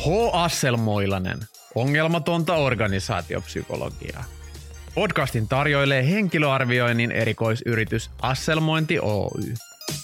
H. Asselmoilanen. Ongelmatonta organisaatiopsykologiaa. Podcastin tarjoilee henkilöarvioinnin erikoisyritys Asselmointi Oy.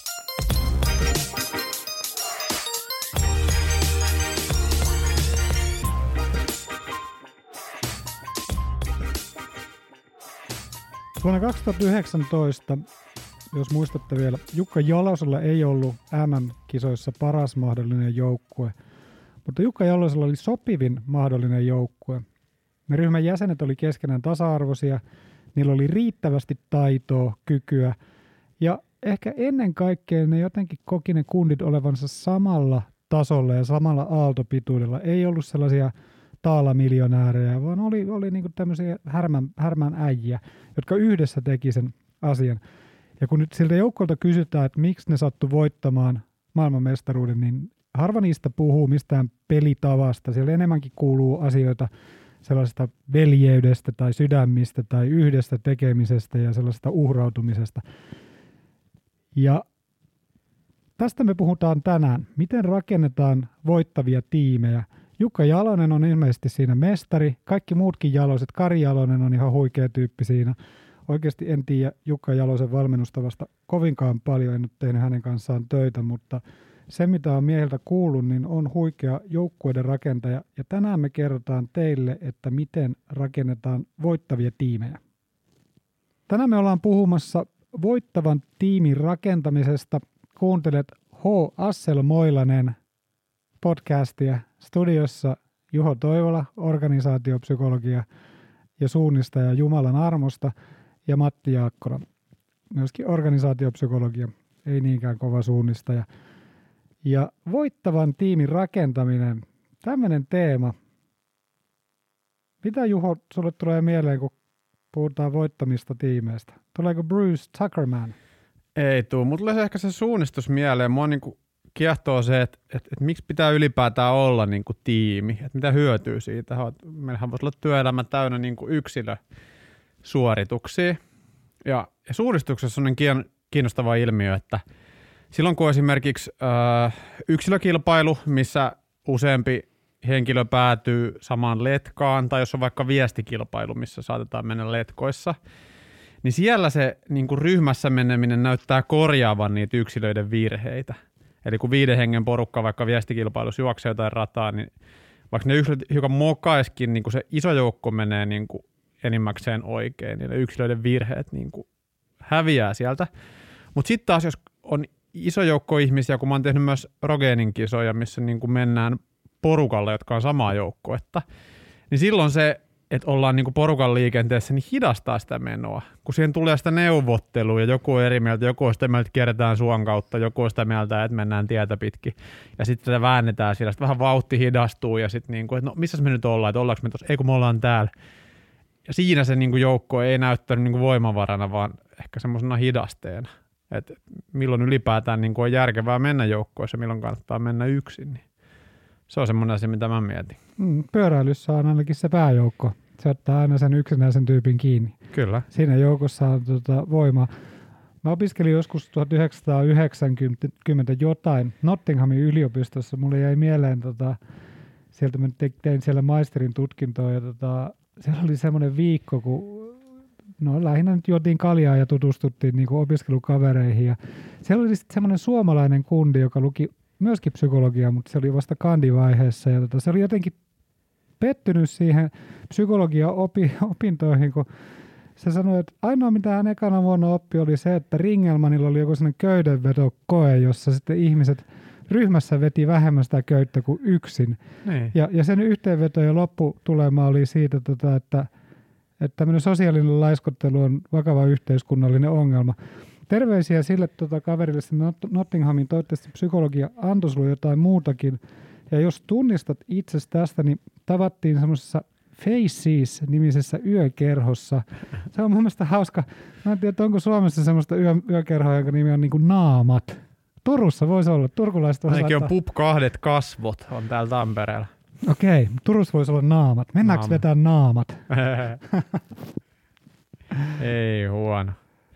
Vuonna 2019, jos muistatte vielä, Jukka Jalosella ei ollut MM-kisoissa paras mahdollinen joukkue, mutta Jukka Jalosella oli sopivin mahdollinen joukkue. Ne ryhmän jäsenet oli keskenään tasa-arvoisia, niillä oli riittävästi taitoa, kykyä ja ehkä ennen kaikkea ne jotenkin koki ne kundit olevansa samalla tasolla ja samalla aaltopituudella. Ei ollut sellaisia taalamiljonäärejä, vaan oli niinku tämmöisiä härmän äijiä, jotka yhdessä teki sen asian. Ja kun nyt siltä joukkolta kysytään, että miksi ne sattu voittamaan maailmanmestaruuden, niin harva niistä puhuu mistään pelitavasta. Siellä enemmänkin kuuluu asioita sellaisesta veljeydestä tai sydämistä tai yhdestä tekemisestä ja sellaisesta uhrautumisesta. Ja tästä me puhutaan tänään. Miten rakennetaan voittavia tiimejä? Jukka Jalonen on ilmeisesti siinä mestari. Kaikki muutkin Jaloset. Kari Jalonen on ihan huikea tyyppi siinä. Oikeasti en tiedä Jukka Jalosen valmennustavasta kovinkaan paljon. En ole tehnyt hänen kanssaan töitä, mutta se mitä on miehiltä kuullut, niin on huikea joukkueiden rakentaja. Ja tänään me kerrotaan teille, että miten rakennetaan voittavia tiimejä. Tänään me ollaan puhumassa voittavan tiimin rakentamisesta. Kuuntelet H. Asselmoilanen podcastia. Studiossa Juho Toivola, organisaatiopsykologia ja suunnistaja Jumalan armosta, ja Matti Jaakkola, myöskin organisaatiopsykologia, ei niinkään kova suunnistaja. Ja voittavan tiimin rakentaminen, tämmöinen teema. Mitä Juho sulle tulee mieleen, kun puhutaan voittamista tiimeistä? Tuleeko Bruce Tuckerman? Ei tuu, mutta tulee ehkä se suunnistus mieleen. Mua niinku kiehtoo se, että miksi pitää ylipäätään olla niinku tiimi, että mitä hyötyy siitä. Meillähän voisi olla työelämä täynnä niinku yksilösuorituksia. Ja suunnistuksessa on kiinnostava ilmiö, että silloin kun esimerkiksi yksilökilpailu, missä useampi henkilö päätyy samaan letkaan, tai jos on vaikka viestikilpailu, missä saatetaan mennä letkoissa, niin siellä se niin kuin ryhmässä meneminen näyttää korjaavan niitä yksilöiden virheitä. Eli kun 5 hengen porukka vaikka viestikilpailussa juoksee jotain rataa, niin vaikka ne yksilöt hiukan mokaiskin, niin kuin se iso joukko menee niin kuin enimmäkseen oikein, niin ne yksilöiden virheet niin kuin häviää sieltä. Mutta sitten taas, jos on iso joukko ihmisiä, kun mä oon tehnyt myös Rogenin kisoja, missä niin kuin mennään porukalla, jotka on samaa joukkuetta, niin silloin se, että ollaan niin kuin porukan liikenteessä, niin hidastaa sitä menoa. Kun siihen tulee sitä neuvottelua ja joku on eri mieltä, joku on sitä mieltä, että kierretään suon kautta, joku on sitä mieltä, että mennään tietä pitkin. Ja sitten sitä väännetään siellä, sitten vähän vauhti hidastuu ja sitten niin kuin, että no missäs me nyt ollaan, että ollaanko me tuossa, ei kun me ollaan täällä. Ja siinä se niin kuin joukko ei näyttänyt niin kuin voimavarana, vaan ehkä semmoisena hidasteena. Että milloin ylipäätään niin kuin on järkevää mennä joukkoissa, milloin kannattaa mennä yksin. Niin se on semmoinen asia, mitä mä mietin. Pyöräilyssä on ainakin se pääjoukko. Se ottaa aina sen yksinäisen tyypin kiinni. Kyllä. Siinä joukossa on voimaa. Mä opiskelin joskus 1990 jotain Nottinghamin yliopistossa. Mulle jäi mieleen, sieltä mä tein siellä maisterin tutkintoa ja siellä oli semmoinen viikko, kun lähinnä nyt juotiin kaljaa ja tutustuttiin niin kuin opiskelukavereihin. Ja siellä oli sitten semmoinen suomalainen kundi, joka luki myöskin psykologiaa, mutta se oli vasta kandivaiheessa. Ja se oli jotenkin pettynyt siihen psykologian opintoihin, kun se sanoi, että ainoa mitä hän ekana vuonna oppi oli se, että Ringelmanilla oli joku sellainen köydenvetokoe, jossa sitten ihmiset ryhmässä veti vähemmän sitä köyttä kuin yksin. Niin. Ja sen yhteenveto ja lopputulema oli siitä, että tämmöinen sosiaalinen laiskottelu on vakava yhteiskunnallinen ongelma. Terveisiä sille kaverille Nottinghamin, toivottavasti psykologia antoi sulle jotain muutakin. Ja jos tunnistat itsesi tästä, niin tavattiin semmoisessa Faces-nimisessä yökerhossa. Se on mun mielestä hauska. Mä en tiedä, onko Suomessa semmoista yökerhoa, jonka nimi on niin kuin Naamat. Turussa voisi olla. Turkulaiset voisi ainakin on Pub 2 kasvot on täällä Tampereella. Okei, Turussa voisi olla Naamat. Mennäänkö vetää Naamat? Ei huono.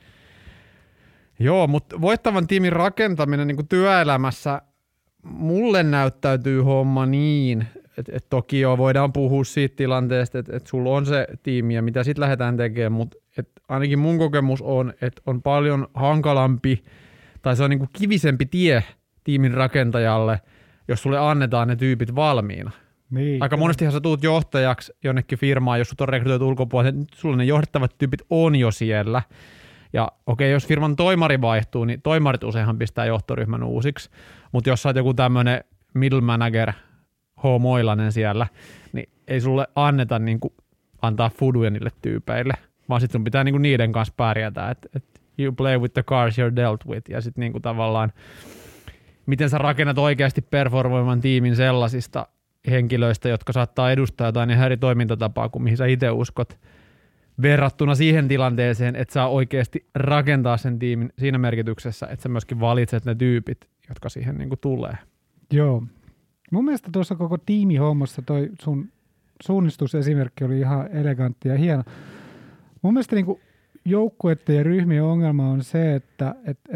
Joo, mutta voittavan tiimin rakentaminen niin kuin työelämässä mulle näyttäytyy homma niin, toki jo voidaan puhua siitä tilanteesta, että sulla on se tiimi ja mitä sitten lähdetään tekemään, mutta ainakin mun kokemus on, että on paljon hankalampi tai se on niin kuin kivisempi tie tiimin rakentajalle, jos sulle annetaan ne tyypit valmiina. Niin, aika monestihan sä tuut johtajaksi jonnekin firmaan, jos sut on rekrytoitu ulkopuolella, niin sulla ne johdettavat tyypit on jo siellä. Ja okei, jos firman toimari vaihtuu, niin toimarit useinhan pistää johtoryhmän uusiksi. Mutta jos sä oot joku tämmönen middle manager, H-moilainen siellä, niin ei sulle anneta niin kuin antaa fooduja niille tyypeille, vaan sit sun pitää niin kuin niiden kanssa pärjätä, että you play with the cards you're dealt with, ja sit niin kuin tavallaan miten sä rakennat oikeasti performoivan tiimin sellaisista henkilöistä, jotka saattaa edustaa jotain ihan eri toimintatapaa kuin mihin sä itse uskot, verrattuna siihen tilanteeseen, että saa oikeasti rakentaa sen tiimin siinä merkityksessä, että sä myöskin valitset ne tyypit, jotka siihen niin kuin tulee. Joo. Mun mielestä tuossa koko tiimihommassa toi sun suunnistusesimerkki oli ihan elegantti ja hieno. Mun mielestä niin kuin joukkueiden ja ryhmien ongelma on se, että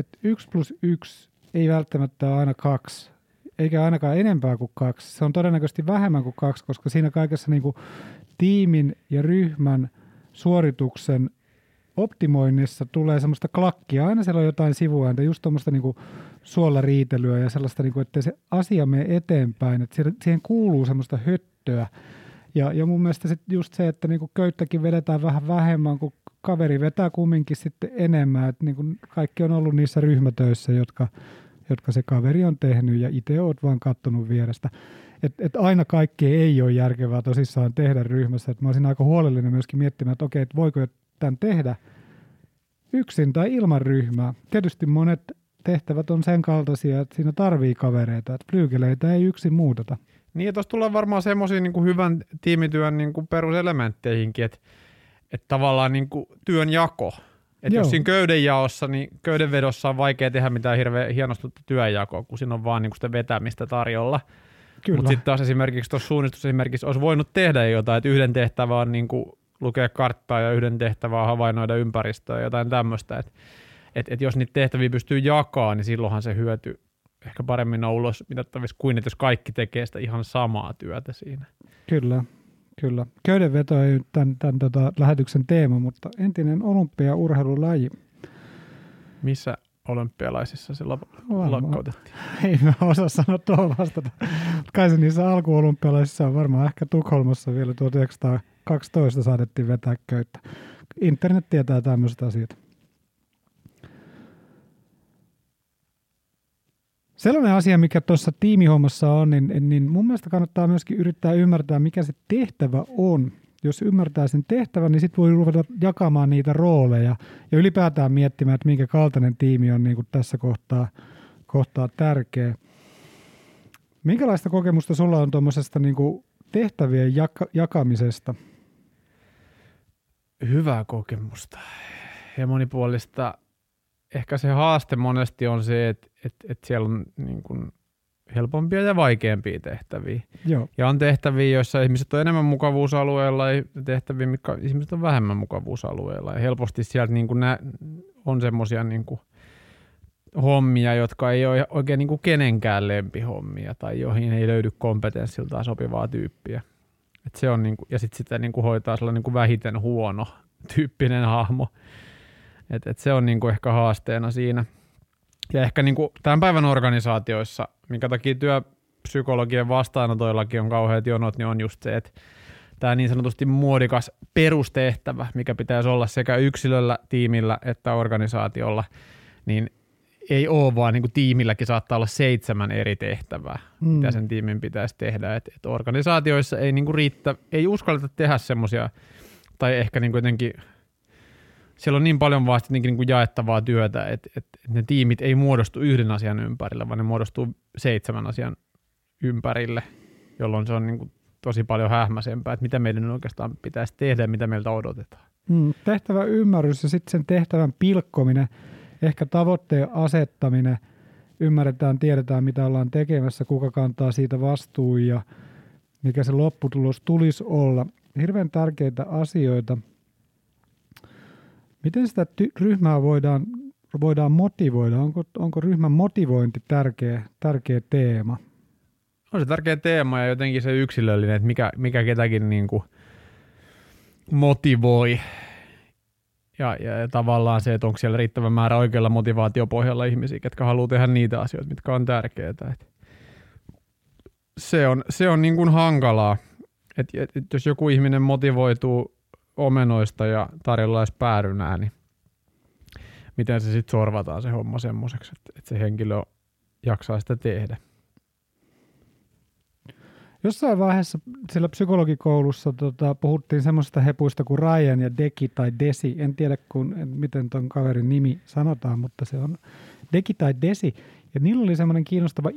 1+1 ei välttämättä ole aina 2, eikä ainakaan enempää kuin 2. Se on todennäköisesti vähemmän kuin 2, koska siinä kaikessa niin kuin tiimin ja ryhmän suorituksen optimoinnissa tulee semmoista klakkia. Aina siellä on jotain sivuääntä, just tuommoista niinku suolariitelyä ja sellaista, niinku, että se asia menee eteenpäin. Että siihen kuuluu semmoista höttöä. Ja mun mielestä just se, että niinku köyttäkin vedetään vähän vähemmän, kun kaveri vetää kumminkin sitten enemmän. Että niinku kaikki on ollut niissä ryhmätöissä, jotka se kaveri on tehnyt ja itse oot vaan kattonut vierestä. Että aina kaikki ei ole järkevää tosissaan tehdä ryhmässä. Et mä olisin aika huolellinen myöskin miettimään, että okei, että voiko tämän tehdä yksin tai ilman ryhmää. Tietysti monet tehtävät on sen kaltaisia, että siinä tarvii kavereita, että flyykeleitä ei yksin muuteta. Niin, ja tuossa tullaan varmaan semmoisiin niin kuin hyvän tiimityön niin kuin peruselementteihinkin, että tavallaan niin kuin työnjako. Että jos siinä köydenjaossa, niin köydenvedossa on vaikea tehdä mitään hirveän hienostutta työnjakoa, kun siinä on vaan niin kuin sitä vetämistä tarjolla. Mutta sitten taas esimerkiksi tuossa suunnistusesimerkissä olisi voinut tehdä jotain, että yhden tehtävä on niin kuin lukea karttaa ja yhden tehtävä on havainnoida ympäristöä ja jotain tämmöistä. Että jos niitä tehtäviä pystyy jakamaan, niin silloinhan se hyöty ehkä paremmin on ulos mitattavissa kuin, että jos kaikki tekee sitä ihan samaa työtä siinä. Kyllä. Köydenveto ei tämän lähetyksen teema, mutta entinen olympiaurheilulaji. Missä olympialaisissa se lakkautettiin? Ei mä osaa sanoa tuohon vastata. Kai se niissä alkuolympialaisissa on varmaan ehkä Tukholmassa vielä 1912 saadettiin vetää köyttä. Internet tietää tämmöiset asiat. Sellainen asia, mikä tuossa tiimihommassa on, niin mun mielestä kannattaa myöskin yrittää ymmärtää, mikä se tehtävä on. Jos ymmärtää sen tehtävän, niin sitten voi ruveta jakamaan niitä rooleja ja ylipäätään miettimään, että minkä kaltainen tiimi on niin kuin tässä kohtaa tärkeä. Minkälaista kokemusta sulla on tuommoisesta niin kuin tehtävien jakamisesta? Hyvää kokemusta ja monipuolista. Ehkä se haaste monesti on se, että siellä on niin kuin helpompia ja vaikeampia tehtäviä. Joo. Ja on tehtäviä, joissa ihmiset on enemmän mukavuusalueella ja tehtäviä, mitkä ihmiset on vähemmän mukavuusalueella. Ja helposti sieltä niin kuin on semmoisia niin kuin hommia, jotka ei ole oikein niin kuin kenenkään lempihommia tai joihin ei löydy kompetenssiltaan sopivaa tyyppiä. Et se on niin kuin, ja sitten sitä niin kuin hoitaa sellainen niin kuin vähiten huono tyyppinen hahmo. Et se on niin kuin ehkä haasteena siinä. Ja ehkä niin kuin tämän päivän organisaatioissa, minkä takia työpsykologien vastaanotoillakin on kauheat jonot, niin on just se, että tämä niin sanotusti muodikas perustehtävä, mikä pitäisi olla sekä yksilöllä, tiimillä että organisaatiolla, niin ei ole vaan niin kuin tiimilläkin saattaa olla 7 eri tehtävää, mitä sen tiimin pitäisi tehdä. Et organisaatioissa ei niin kuin ei uskalleta tehdä semmoisia, tai ehkä niin kuin jotenkin siellä on niin paljon vaan niin kuin jaettavaa työtä, että ne tiimit ei muodostu yhden asian ympärille, vaan ne muodostuu 7 asian ympärille, jolloin se on niin kuin tosi paljon hähmäisempää, että mitä meidän oikeastaan pitäisi tehdä ja mitä meiltä odotetaan. Tehtävän ymmärrys ja sitten sen tehtävän pilkkominen, ehkä tavoitteen asettaminen, ymmärretään, tiedetään mitä ollaan tekemässä, kuka kantaa siitä vastuun ja mikä se lopputulos tulisi olla. Hirveän tärkeitä asioita. Miten sitä ryhmää voidaan motivoida? Onko ryhmän motivointi tärkeä teema? on se tärkeä teema ja jotenkin se yksilöllinen, että mikä ketäkin niin kuin motivoi. Ja tavallaan se, että onko siellä riittävä määrä oikealla motivaatiopohjalla ihmisiä, jotka haluaa tehdä niitä asioita, mitkä on tärkeitä. Se on niin kuin hankalaa, että jos joku ihminen motivoituu omenoista ja tarjolla olisi päärynää, niin miten se sitten sorvataan se homma semmoiseksi, että se henkilö jaksaa sitä tehdä. Jossain vaiheessa sillä psykologikoulussa puhuttiin semmoisista hepuista kuin Ryan ja Deki tai Desi. En tiedä, miten ton kaverin nimi sanotaan, mutta se on Deki tai Desi. Ja niillä oli semmoinen kiinnostava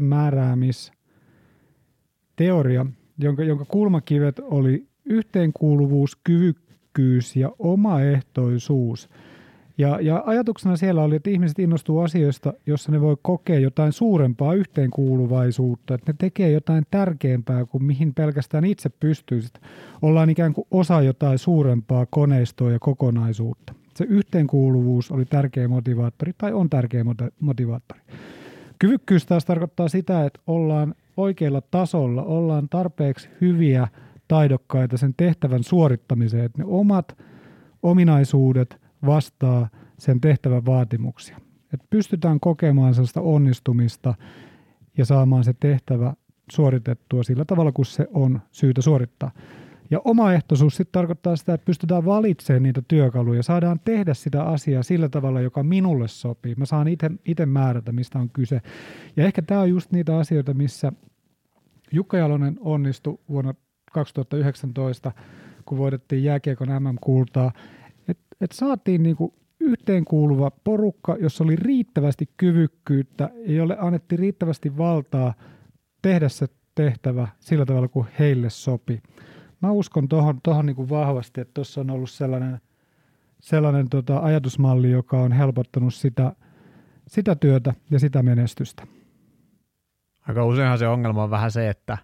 itsemääräämisteoria, jonka kulmakivet oli yhteenkuuluvuus, kyvykkyys ja omaehtoisuus. Ja ajatuksena siellä oli, että ihmiset innostuu asioista, jossa ne voi kokea jotain suurempaa yhteenkuuluvaisuutta, että ne tekee jotain tärkeämpää kuin mihin pelkästään itse pystyisi. Ollaan ikään kuin osa jotain suurempaa koneistoa ja kokonaisuutta. Se yhteenkuuluvuus oli tärkeä motivaattori tai on tärkeä motivaattori. Kyvykkyys taas tarkoittaa sitä, että ollaan oikealla tasolla, ollaan tarpeeksi hyviä, taidokkaita sen tehtävän suorittamiseen, että ne omat ominaisuudet vastaa sen tehtävän vaatimuksia. Että pystytään kokemaan sellaista onnistumista ja saamaan se tehtävä suoritettua sillä tavalla, kun se on syytä suorittaa. Ja omaehtoisuus sitten tarkoittaa sitä, että pystytään valitsemaan niitä työkaluja, saadaan tehdä sitä asiaa sillä tavalla, joka minulle sopii. Mä saan itse määrätä, mistä on kyse. Ja ehkä tämä on just niitä asioita, missä Jukka Jalonen onnistui vuonna 2019, kun voitettiin jääkiekon MM-kultaa, että saatiin niinku yhteenkuuluva porukka, jossa oli riittävästi kyvykkyyttä ja jolle annettiin riittävästi valtaa tehdä se tehtävä sillä tavalla, kuin heille sopi. Mä uskon tohon niinku vahvasti, että tuossa on ollut sellainen ajatusmalli, joka on helpottanut sitä työtä ja sitä menestystä. Aika useinhan se ongelma on vähän se, että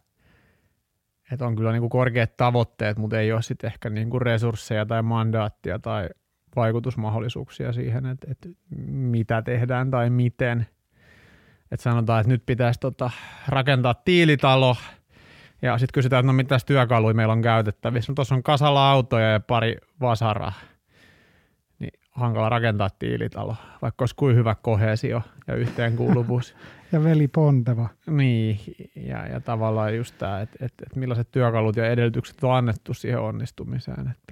on kyllä niinku korkeat tavoitteet, mutta ei ole sitten ehkä niinku resursseja tai mandaattia tai vaikutusmahdollisuuksia siihen, että mitä tehdään tai miten. Että sanotaan, että nyt pitäisi rakentaa tiilitalo ja sitten kysytään, että no mitäs työkaluja meillä on käytettävissä. No tuossa on kasalla autoja ja pari vasaraa. Niin hankala rakentaa tiilitalo, vaikka olisi kuin hyvä koheesio ja yhteenkuuluvuus. Ja veli ponteva. Niin, ja tavallaan just tämä, että millaiset työkalut ja edellytykset on annettu siihen onnistumiseen. Että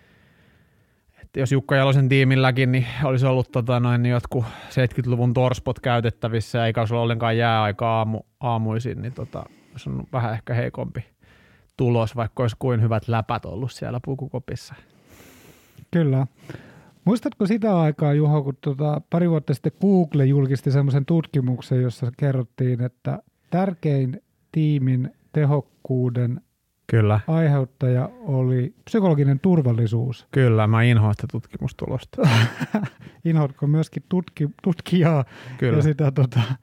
jos Jukka Jalosen tiimilläkin niin olisi ollut jotkut 70-luvun torspot käytettävissä eikä olisi ollut ollenkaan jääaika aamuisin, niin olisi on vähän ehkä heikompi tulos, vaikka olisi kuin hyvät läpät ollut siellä pukukopissa. Kyllä. Muistatko sitä aikaa, Juho, kun pari vuotta sitten Google julkisti semmoisen tutkimuksen, jossa kerrottiin, että tärkein tiimin tehokkuuden aiheuttaja oli psykologinen turvallisuus. Kyllä, mä inhoan sitä tutkimustulosta. Inhoatko myöskin tutkijaa? Kyllä. Ja sitä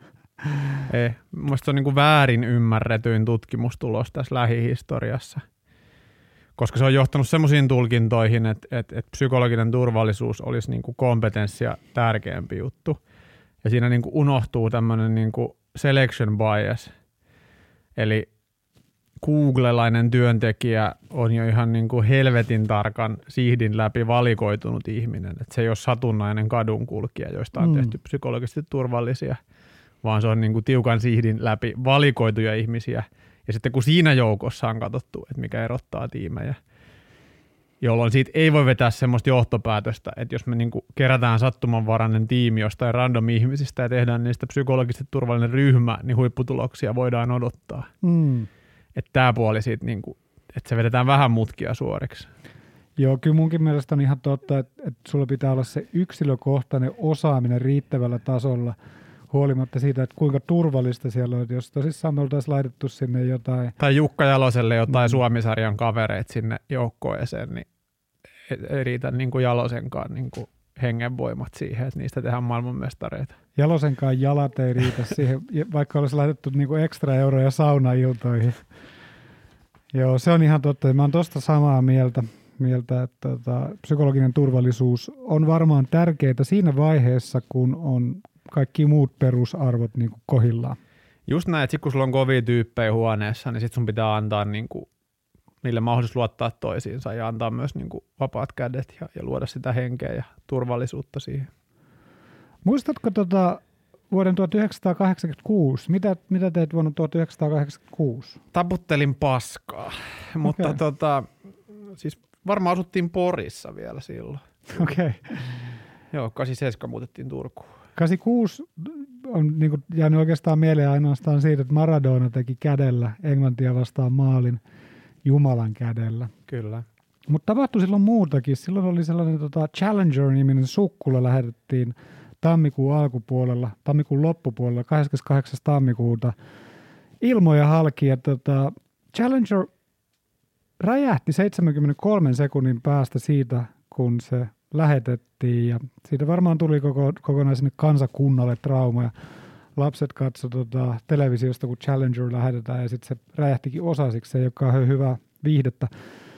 Ei, musta se on niin kuin väärin ymmärretyin tutkimustulos tässä lähihistoriassa. Koska se on johtanut semmoisiin tulkintoihin, että psykologinen turvallisuus olisi niin kuin kompetenssia tärkeämpi juttu. Ja siinä niin kuin unohtuu tämmöinen niin kuin selection bias. Eli googlelainen työntekijä on jo ihan niin kuin helvetin tarkan sihdin läpi valikoitunut ihminen. Että se ei ole satunnainen kadunkulkija, joista on tehty psykologisesti turvallisia, vaan se on niin kuin tiukan sihdin läpi valikoituja ihmisiä. Ja sitten kun siinä joukossa on katsottu, että mikä erottaa tiimejä, jolloin siitä ei voi vetää semmoista johtopäätöstä, että jos me niinku kerätään sattumanvarainen tiimi jostain random ihmisistä ja tehdään niistä psykologisesti turvallinen ryhmä, niin huipputuloksia voidaan odottaa. Että tämä puoli siitä, niinku, että se vedetään vähän mutkia suoriksi. Joo, kyllä munkin mielestä on ihan totta, että sulla pitää olla se yksilökohtainen osaaminen riittävällä tasolla, huolimatta siitä, että kuinka turvallista siellä on. Jos tosissaan me oltaisiin laitettu sinne jotain... Tai Jukka Jaloselle jotain Suomi-sarjan kavereita sinne joukkoeseen, niin ei riitä niin kuin Jalosenkaan niin kuin hengenvoimat siihen, että niistä tehdään maailmanmestareita. Jalosenkaan jalat ei riitä siihen, vaikka olisi laitettu niin kuin ekstra euroja saunailtoihin. Joo, se on ihan totta. Mä oon tosta samaa mieltä että psykologinen turvallisuus on varmaan tärkeää siinä vaiheessa, kun on kaikki muut perusarvot niin kuin kohillaan. Just näin, että sit kun sulla on kovia tyyppejä huoneessa, niin sit sun pitää antaa niinku niille mahdollisuus luottaa toisiinsa ja antaa myös niinku vapaat kädet ja luoda sitä henkeä ja turvallisuutta siihen. Muistatko vuoden 1986? Mitä teit vuonna 1986? Taputtelin paskaa, mutta siis varmaan asuttiin Porissa vielä silloin. Okei. Joo, 87 muutettiin Turkuun. 86 on niin kuin jäänyt oikeastaan mieleen ainoastaan siitä, että Maradona teki kädellä Englantia vastaan maalin Jumalan kädellä. Kyllä. Mutta tapahtui silloin muutakin. Silloin oli sellainen Challenger-niminen sukkula lähetettiin tammikuun alkupuolella, tammikuun loppupuolella, 28. tammikuuta ilmoja halki. Ja Challenger räjähti 73 sekunnin päästä siitä, kun se lähetettiin. Ja siitä varmaan tuli kokonaiselle kansakunnalle trauma. Ja lapset katsoivat televisiosta, kun Challenger lähetetään ja sitten se räjähtikin osasiksi. Se ei olekaan hyvää viihdettä.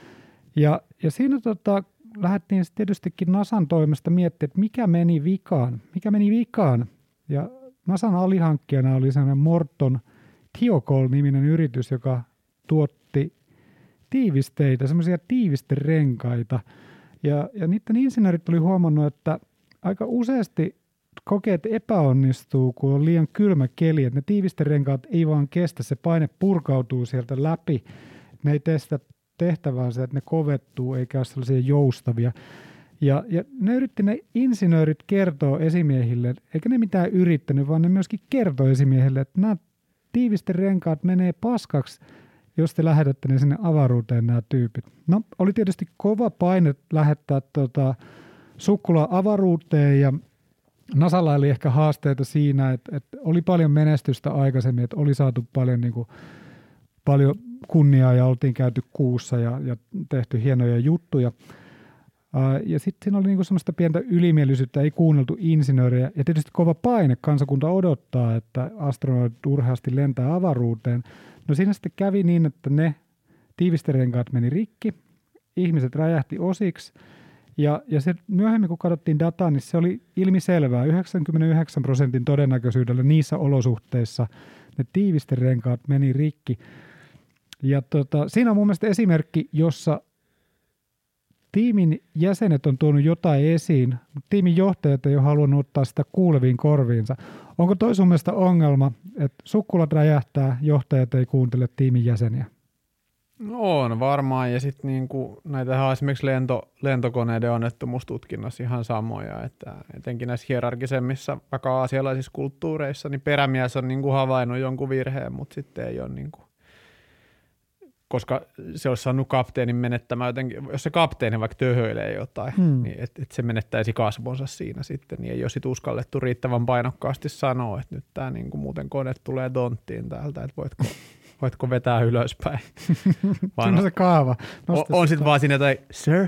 Ja siinä lähdettiin tietystikin NASAn toimesta miettimään, että mikä meni vikaan. Ja NASAn alihankkijana oli sellainen Morton Thiokol-niminen yritys, joka tuotti tiivisteitä, semmoisia tiivisterenkaita. Ja niiden insinöörit oli huomannut, että aika useasti kokeet epäonnistuu, kun on liian kylmä keli, että ne tiivisterenkaat ei vaan kestä, se paine purkautuu sieltä läpi. Ne ei tee tehtäväänsä, että ne kovettuu eikä ole sellaisia joustavia. Ja ne insinöörit kertoo esimiehille, eikä ne mitään yrittänyt, vaan ne myöskin kertoo esimiehille, että nämä tiivisterenkaat menee paskaksi, jos te lähetätte ne sinne avaruuteen nämä tyypit. No, oli tietysti kova paine lähettää sukkula avaruuteen ja NASAlla oli ehkä haasteita siinä, että oli paljon menestystä aikaisemmin, että oli saatu paljon kunniaa ja oltiin käyty kuussa ja tehty hienoja juttuja. Ja sitten siinä oli semmoista pientä ylimielisyyttä, ei kuunneltu insinöörejä ja tietysti kova paine. Kansakunta odottaa, että astronautit urheasti lentää avaruuteen. No siinä sitten kävi niin, että ne tiivisterenkaat meni rikki, ihmiset räjähti osiksi ja se myöhemmin kun katsottiin dataa, niin se oli ilmiselvää. 99% todennäköisyydellä niissä olosuhteissa ne tiivisterenkaat meni rikki. Ja siinä on mun mielestä esimerkki, jossa tiimin jäsenet on tuonut jotain esiin, mutta tiimin johtajat ei ole halunnut ottaa sitä kuuleviin korviinsa. Onko toi sun mielestä ongelma, että sukkulat räjähtää, johtajat ei kuuntele tiimin jäseniä? No on varmaan, ja sitten niinku, näitä on esimerkiksi lentokoneiden onnettomuustutkinnassa ihan samoja, että etenkin näissä hierarkisemmissa, vaikka aasialaisissa kulttuureissa, niin perämies on niinku havainnut jonkun virheen, mutta sitten ei ole niinku, koska se olisi saanut kapteenin menettämään jotenkin, jos se kapteeni vaikka töhöilee jotain, niin että se menettäisi kasvonsa siinä sitten, niin ei ole sitten uskallettu riittävän painokkaasti sanoa, että nyt tämä niinku muuten kone tulee tonttiin täältä, että voitko vetää ylöspäin. Siinä on se kaava. On sitten vaan siinä jotain, sir.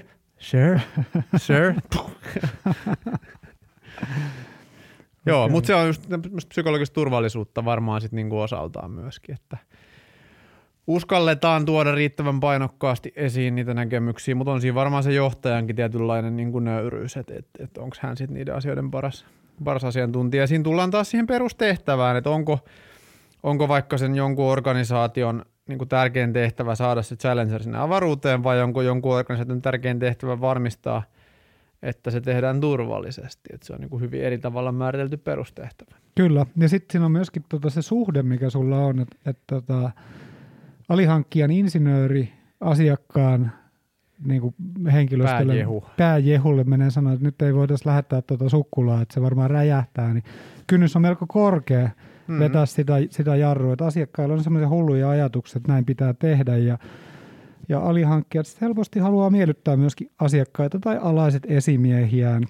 Joo, mutta se on just psykologista turvallisuutta varmaan sitten niinku osaltaan myöskin, että uskalletaan tuoda riittävän painokkaasti esiin niitä näkemyksiä, mutta on siinä varmaan se johtajankin tietynlainen niin kuin nöyryys, että onko hän sitten niiden asioiden paras asiantuntija. Siinä tullaan taas siihen perustehtävään, että onko vaikka sen jonkun organisaation niin kuin tärkein tehtävä saada se Challenger sinne avaruuteen vai onko jonkun organisaation tärkein tehtävä varmistaa, että se tehdään turvallisesti. Että se on niin kuin hyvin eri tavalla määritelty perustehtävä. Kyllä, ja sitten siinä on myöskin se suhde, mikä sulla on, että alihankkijan insinööri asiakkaan niin kuin henkilöstölle pääjehulle menee sanoa, että nyt ei voitaisiin lähettää sukkulaa, että se varmaan räjähtää, niin kynnys on melko korkea vetää sitä jarrua, että asiakkailla on semmoisia hulluja ajatuksia, että näin pitää tehdä ja alihankkijat helposti haluaa miellyttää myöskin asiakkaita tai alaiset esimiehiään,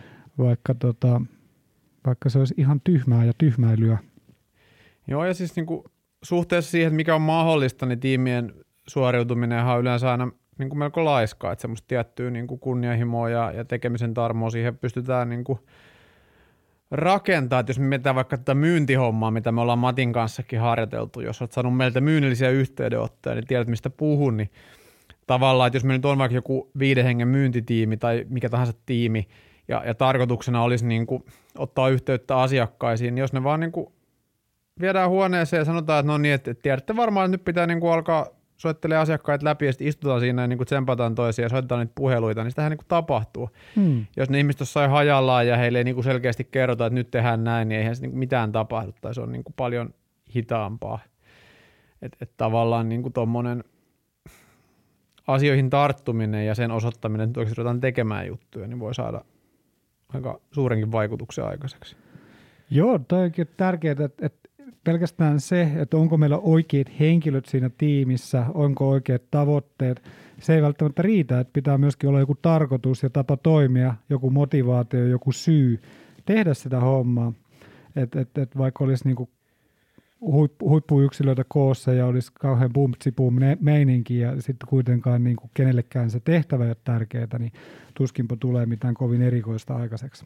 vaikka se olisi ihan tyhmää ja tyhmäilyä. Joo, ja siis niinku suhteessa siihen, mikä on mahdollista, niin tiimien suoriutuminen on yleensä aina niin kuin melko laiskaa, että semmoista tiettyä niin kuin kunnianhimoa ja tekemisen tarmoa siihen pystytään niin kuin rakentaa. Että jos me mietitään vaikka tätä myyntihommaa, mitä me ollaan Matin kanssakin harjoiteltu, jos olet saanut meiltä myynnillisiä yhteydenottoja, niin tiedät mistä puhun, niin tavallaan, että jos me nyt on vaikka joku 5 hengen myyntitiimi tai mikä tahansa tiimi ja tarkoituksena olisi niin kuin ottaa yhteyttä asiakkaisiin, niin jos ne vaan niin kuin viedään huoneeseen ja sanotaan, että no niin, että tiedätte varmaan, että nyt pitää niin kuin alkaa soittelemaan asiakkaita läpi ja sitten istutaan siinä ja niin kuin tsempataan toisia ja soitetaan niitä puheluita, niin sitähän niin kuin tapahtuu. Jos ne ihmiset jossain hajallaan ja heille ei niin kuin selkeästi kerrota, että nyt tehdään näin, niin eihän se niin kuin mitään tapahdu tai se on niin kuin paljon hitaampaa. Että tavallaan niin kuin tommonen asioihin tarttuminen ja sen osoittaminen, että oikeasti ruvetaan tekemään juttuja, niin voi saada aika suurenkin vaikutuksen aikaiseksi. Joo, toi onkin tärkeää, että pelkästään se, että onko meillä oikeat henkilöt siinä tiimissä, onko oikeat tavoitteet, se ei välttämättä riitä, että pitää myöskin olla joku tarkoitus ja tapa toimia, joku motivaatio, joku syy tehdä sitä hommaa. Että vaikka olisi niinku huippuyksilöitä koossa ja olisi kauhean bumtsipum meininki ja sitten kuitenkaan niinku kenellekään se tehtävä ei ole tärkeää, niin tuskinpa tulee mitään kovin erikoista aikaiseksi.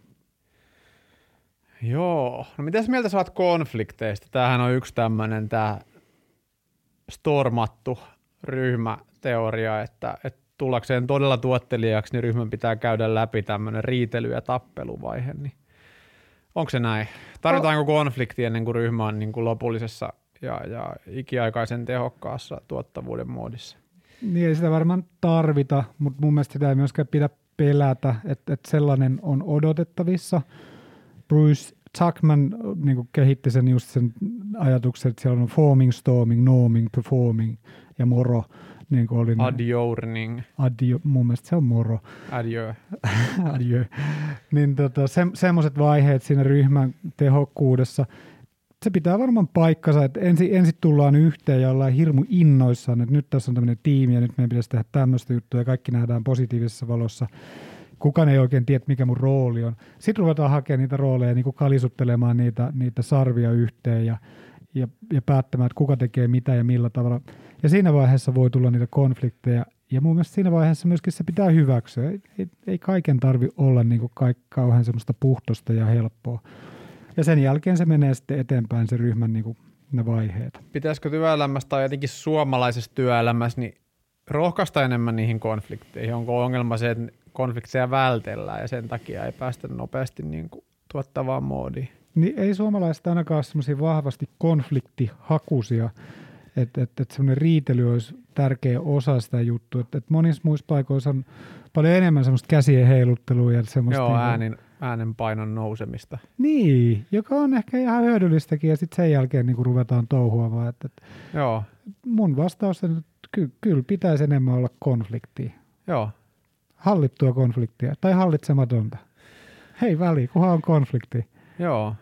Joo. No mitäs mieltä sä oot konflikteista? Tämähän on yksi tämmöinen tää stormattu ryhmäteoria, että tullakseen todella tuottelijaksi, niin ryhmän pitää käydä läpi tämmöinen riitely- ja tappeluvaihe. Niin onko se näin? Tarvitaanko konflikti ennen kuin ryhmä on niin kuin lopullisessa ja ikiaikaisen tehokkaassa tuottavuuden moodissa? niin ei sitä varmaan tarvita, mutta mun mielestä sitä ei myöskään pidä pelätä, että sellainen on odotettavissa. Bruce Tuckman niin kehitti sen ajatuksen, että siellä on forming, storming, norming, performing ja moro. Niin oli adjourning. Mun mielestä se on moro. Adjö. Adjö. Niin semmoiset vaiheet siinä ryhmän tehokkuudessa, se pitää varmaan paikkansa, että ensin tullaan yhteen ja ollaan hirmu innoissaan, että nyt tässä on tämmöinen tiimi ja nyt meidän pitäisi tehdä tämmöistä juttua ja kaikki nähdään positiivisessa valossa. Kukaan ei oikein tiedä, mikä mun rooli on. Sitten ruvetaan hakemaan niitä rooleja, niin kuin kalisuttelemaan niitä sarvia yhteen ja päättämään, että kuka tekee mitä ja millä tavalla. Ja siinä vaiheessa voi tulla niitä konflikteja. Ja mun mielestä siinä vaiheessa myöskin se pitää hyväksyä. Ei kaiken tarvi olla niin kuin kauhean semmoista puhtosta ja helppoa. Ja sen jälkeen se menee sitten eteenpäin se ryhmän niin kuin ne vaiheet. Pitäisikö työelämässä tai jotenkin suomalaisessa työelämässä niin rohkaista enemmän niihin konflikteihin? Onko ongelma se, että konflikteja vältellään ja sen takia ei päästä nopeasti niin kuin tuottavaan moodiin? Niin ei suomalaiset ainakaan ole semmoisia vahvasti konfliktihakuisia, että semmoinen riitely olisi tärkeä osa sitä juttua. Että monissa muissa paikoissa on paljon enemmän semmoista käsien heiluttelua ja semmoista... Joo, äänenpainon nousemista. Niin, joka on ehkä ihan hyödyllistäkin ja sitten sen jälkeen niin kuin ruvetaan touhuamaan. Joo. Mun vastaus on, että kyllä pitäisi enemmän olla konfliktia. Joo. Hallittua konfliktia tai hallitsematonta. Hei väli, kunhan on konflikti. Joo.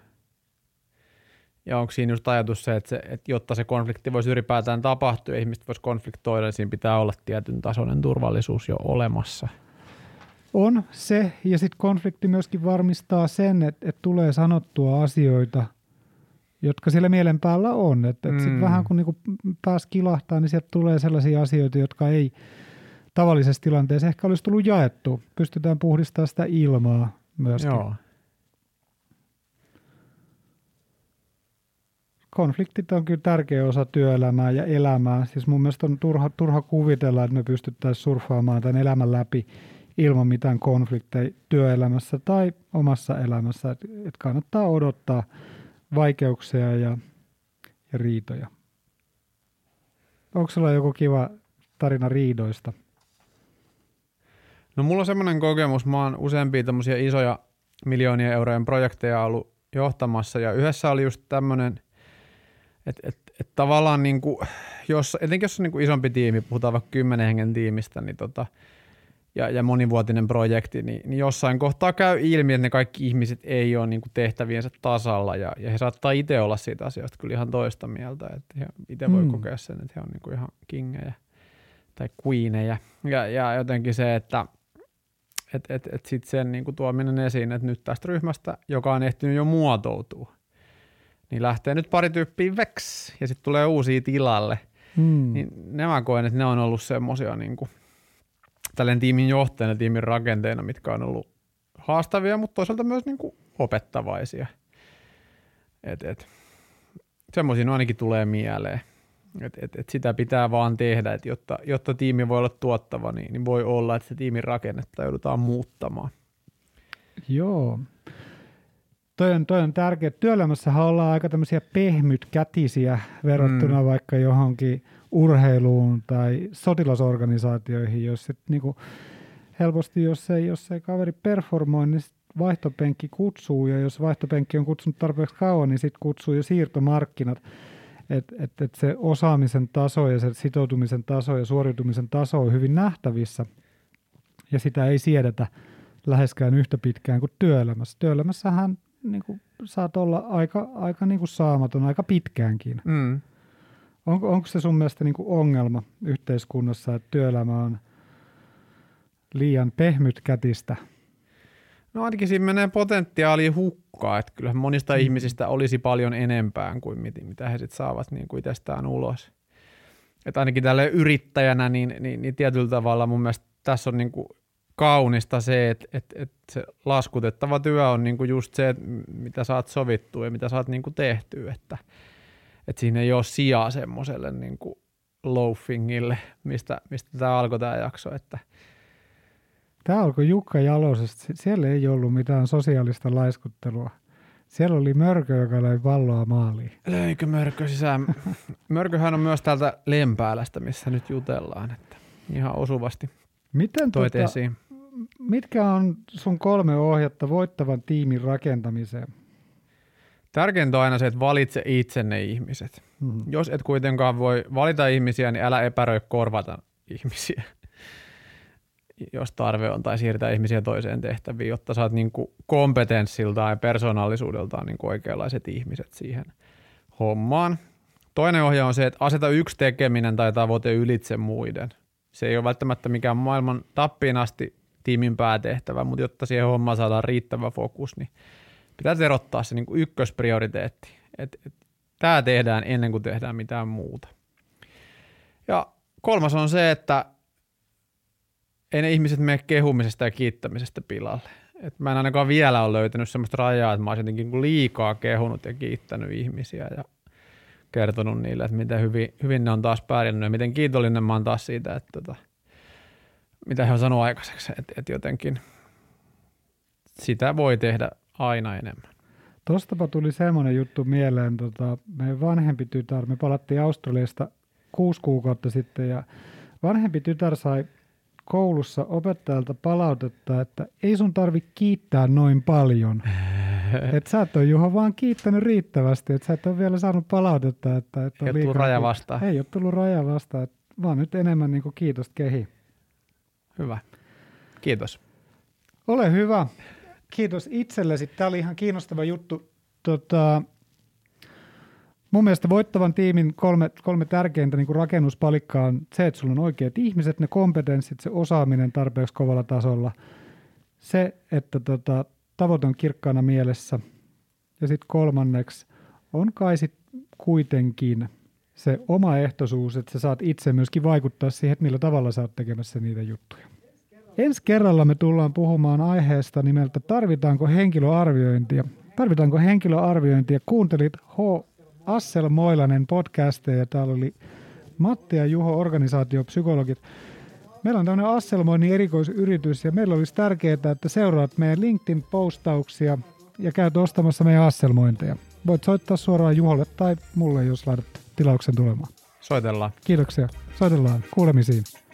Ja onko siinä just ajatus se, että jotta se konflikti voisi ylipäätään tapahtua ja ihmiset voisi konfliktoida, niin siinä pitää olla tietyn tasoinen turvallisuus jo olemassa. On se, ja sitten konflikti myöskin varmistaa sen, että tulee sanottua asioita, jotka siellä mielen päällä on. Että sitten vähän kun niinku pääs kilahtaa, niin sieltä tulee sellaisia asioita, jotka ei tavallisessa tilanteessa ehkä olisi tullut jaettu. Pystytään puhdistamaan sitä ilmaa myöskin. Joo. Konfliktit on kyllä tärkeä osa työelämää ja elämää. Siis mun mielestä on turha kuvitella, että me pystyttäisiin surffaamaan tämän elämän läpi ilman mitään konflikteja työelämässä tai omassa elämässä. Että kannattaa odottaa vaikeuksia ja riitoja. Onko sulla joku kiva tarina riidoista? No mulla on semmoinen kokemus. Mä oon useampia tämmöisiä isoja miljoonien eurojen projekteja ollut johtamassa ja yhdessä oli just tämmöinen, että tavallaan niinku, etenkin jos on niinku isompi tiimi, puhutaan vaikka 10 hengen tiimistä, niin ja monivuotinen projekti, niin jossain kohtaa käy ilmi, että ne kaikki ihmiset ei ole niinku tehtäviensä tasalla ja he saattaa itse olla siitä asiasta kyllä ihan toista mieltä, että he itse voi kokea sen, että he on niinku ihan kingejä tai queenejä ja jotenkin se, että sitten sen niinku tuominen esiin, että nyt tästä ryhmästä, joka on ehtinyt jo muotoutua, niin lähtee nyt pari tyyppiä veks ja sitten tulee uusia tilalle. Niin ne mä koen, että ne on ollut semmosia niinku tälleen tiimin johtajana, tiimin rakenteena, mitkä on ollut haastavia, mutta toisaalta myös niinku opettavaisia. Semmoisia ainakin tulee mieleen. Et sitä pitää vaan tehdä, että jotta tiimi voi olla tuottava, niin voi olla, että se tiimin rakennetta joudutaan muuttamaan. Joo. Toi on tärkeää. Työelämässähän ollaan aika tämmöisiä pehmytkätisiä verrattuna vaikka johonkin urheiluun tai sotilasorganisaatioihin, jos niinku helposti, jos ei kaveri performoi, niin vaihtopenkki kutsuu, ja jos vaihtopenkki on kutsunut tarpeeksi kauan, niin sitten kutsuu jo siirtomarkkinat. Et se osaamisen taso ja se sitoutumisen taso ja suoriutumisen taso on hyvin nähtävissä, ja sitä ei siedetä läheskään yhtä pitkään kuin työelämässä. Työelämässähän niin kuin, saat olla aika niin kuin saamaton aika pitkäänkin. Onko se sun mielestä niin kuin ongelma yhteiskunnassa, että työelämä on liian pehmytkätistä? No ainakin siinä menee potentiaalia hukkaa, että kyllähän monista ihmisistä olisi paljon enempään kuin mitä he sitten saavat niin kuin itsestään ulos. Että ainakin tälle yrittäjänä niin tietyllä tavalla mun mielestä tässä on niin kuin kaunista se, että se laskutettava työ on niin kuin just se, mitä saat sovittua ja mitä saat niin kuin tehtyä, että siinä ei ole sijaa semmoiselle niin kuin loafingille, mistä tämä alkoi tämä jakso, että tämä alkoi Jukka Jalosesta. Siellä ei ollut mitään sosiaalista laiskuttelua. Siellä oli Mörkö, joka löi palloa maaliin. Löikö Mörkö sisään? Mörköhän on myös täältä Lempäälästä, missä nyt jutellaan. Että ihan osuvasti toit esiin. Mitkä on sun 3 ohjetta voittavan tiimin rakentamiseen? Tärkeintä on aina se, että valitse itse ne ihmiset. Jos et kuitenkaan voi valita ihmisiä, niin älä epäröi korvata ihmisiä, jos tarve on, tai siirtää ihmisiä toiseen tehtäviin, jotta saat niin kuin kompetenssiltaan ja persoonallisuudeltaan niin kuin oikeanlaiset ihmiset siihen hommaan. Toinen ohje on se, että aseta yksi tekeminen tai tavoite ylitse muiden. Se ei ole välttämättä mikään maailman tappiin asti tiimin päätehtävä, mutta jotta siihen hommaan saadaan riittävä fokus, niin pitää erottaa se niin kuin ykkösprioriteetti. Tämä tehdään ennen kuin tehdään mitään muuta. Ja 3 on se, että ei ne ihmiset mene kehumisesta ja kiittämisestä pilalle. Mä en ainakaan vielä ole löytänyt semmoista rajaa, että mä olisin jotenkin liikaa kehunut ja kiittänyt ihmisiä ja kertonut niille, että miten hyvin ne on taas pärjännyt ja miten kiitollinen mä oon taas siitä, että mitä he on sanonut aikaiseksi. Että jotenkin sitä voi tehdä aina enemmän. Tostapa tuli semmoinen juttu mieleen. Meidän vanhempi tytär, me palattiin Australiasta 6 kuukautta sitten ja vanhempi tytär sai koulussa opettajalta palautetta, että ei sun tarvitse kiittää noin paljon. Että sä et ole Juho vaan kiittänyt riittävästi, että sä et ole vielä saanut palautetta. Että on ei ole tullut raja vastaan. Ei ole tullut raja vastaan, vaan nyt enemmän niin kuin kiitosta kehi. Hyvä. Kiitos. Ole hyvä. Kiitos itsellesi. Tämä oli ihan kiinnostava juttu. Mun mielestä voittavan tiimin 3 tärkeintä niin kuin rakennuspalikkaa on se, että sulla on oikeat ihmiset, ne kompetenssit, se osaaminen tarpeeksi kovalla tasolla. Se, että tavoite on kirkkaana mielessä. Ja sitten 3 on kai sit kuitenkin se omaehtoisuus, että sä saat itse myöskin vaikuttaa siihen, että millä tavalla sä oot tekemässä niitä juttuja. Ensi kerralla me tullaan puhumaan aiheesta nimeltä Tarvitaanko henkilöarviointia? Tarvitaanko henkilöarviointia? Kuuntelit Assel Moilanen podcasteja. Täällä oli Matti ja Juho, organisaatiopsykologit. Meillä on tämmöinen Asselmoinnin erikoisyritys ja meillä olisi tärkeää, että seuraat meidän LinkedIn-postauksia ja käyt ostamassa meidän Asselmointeja. Voit soittaa suoraan Juholle tai mulle, jos laitat tilauksen tulemaan. Soitellaan. Kiitoksia. Soitellaan. Kuulemisiin.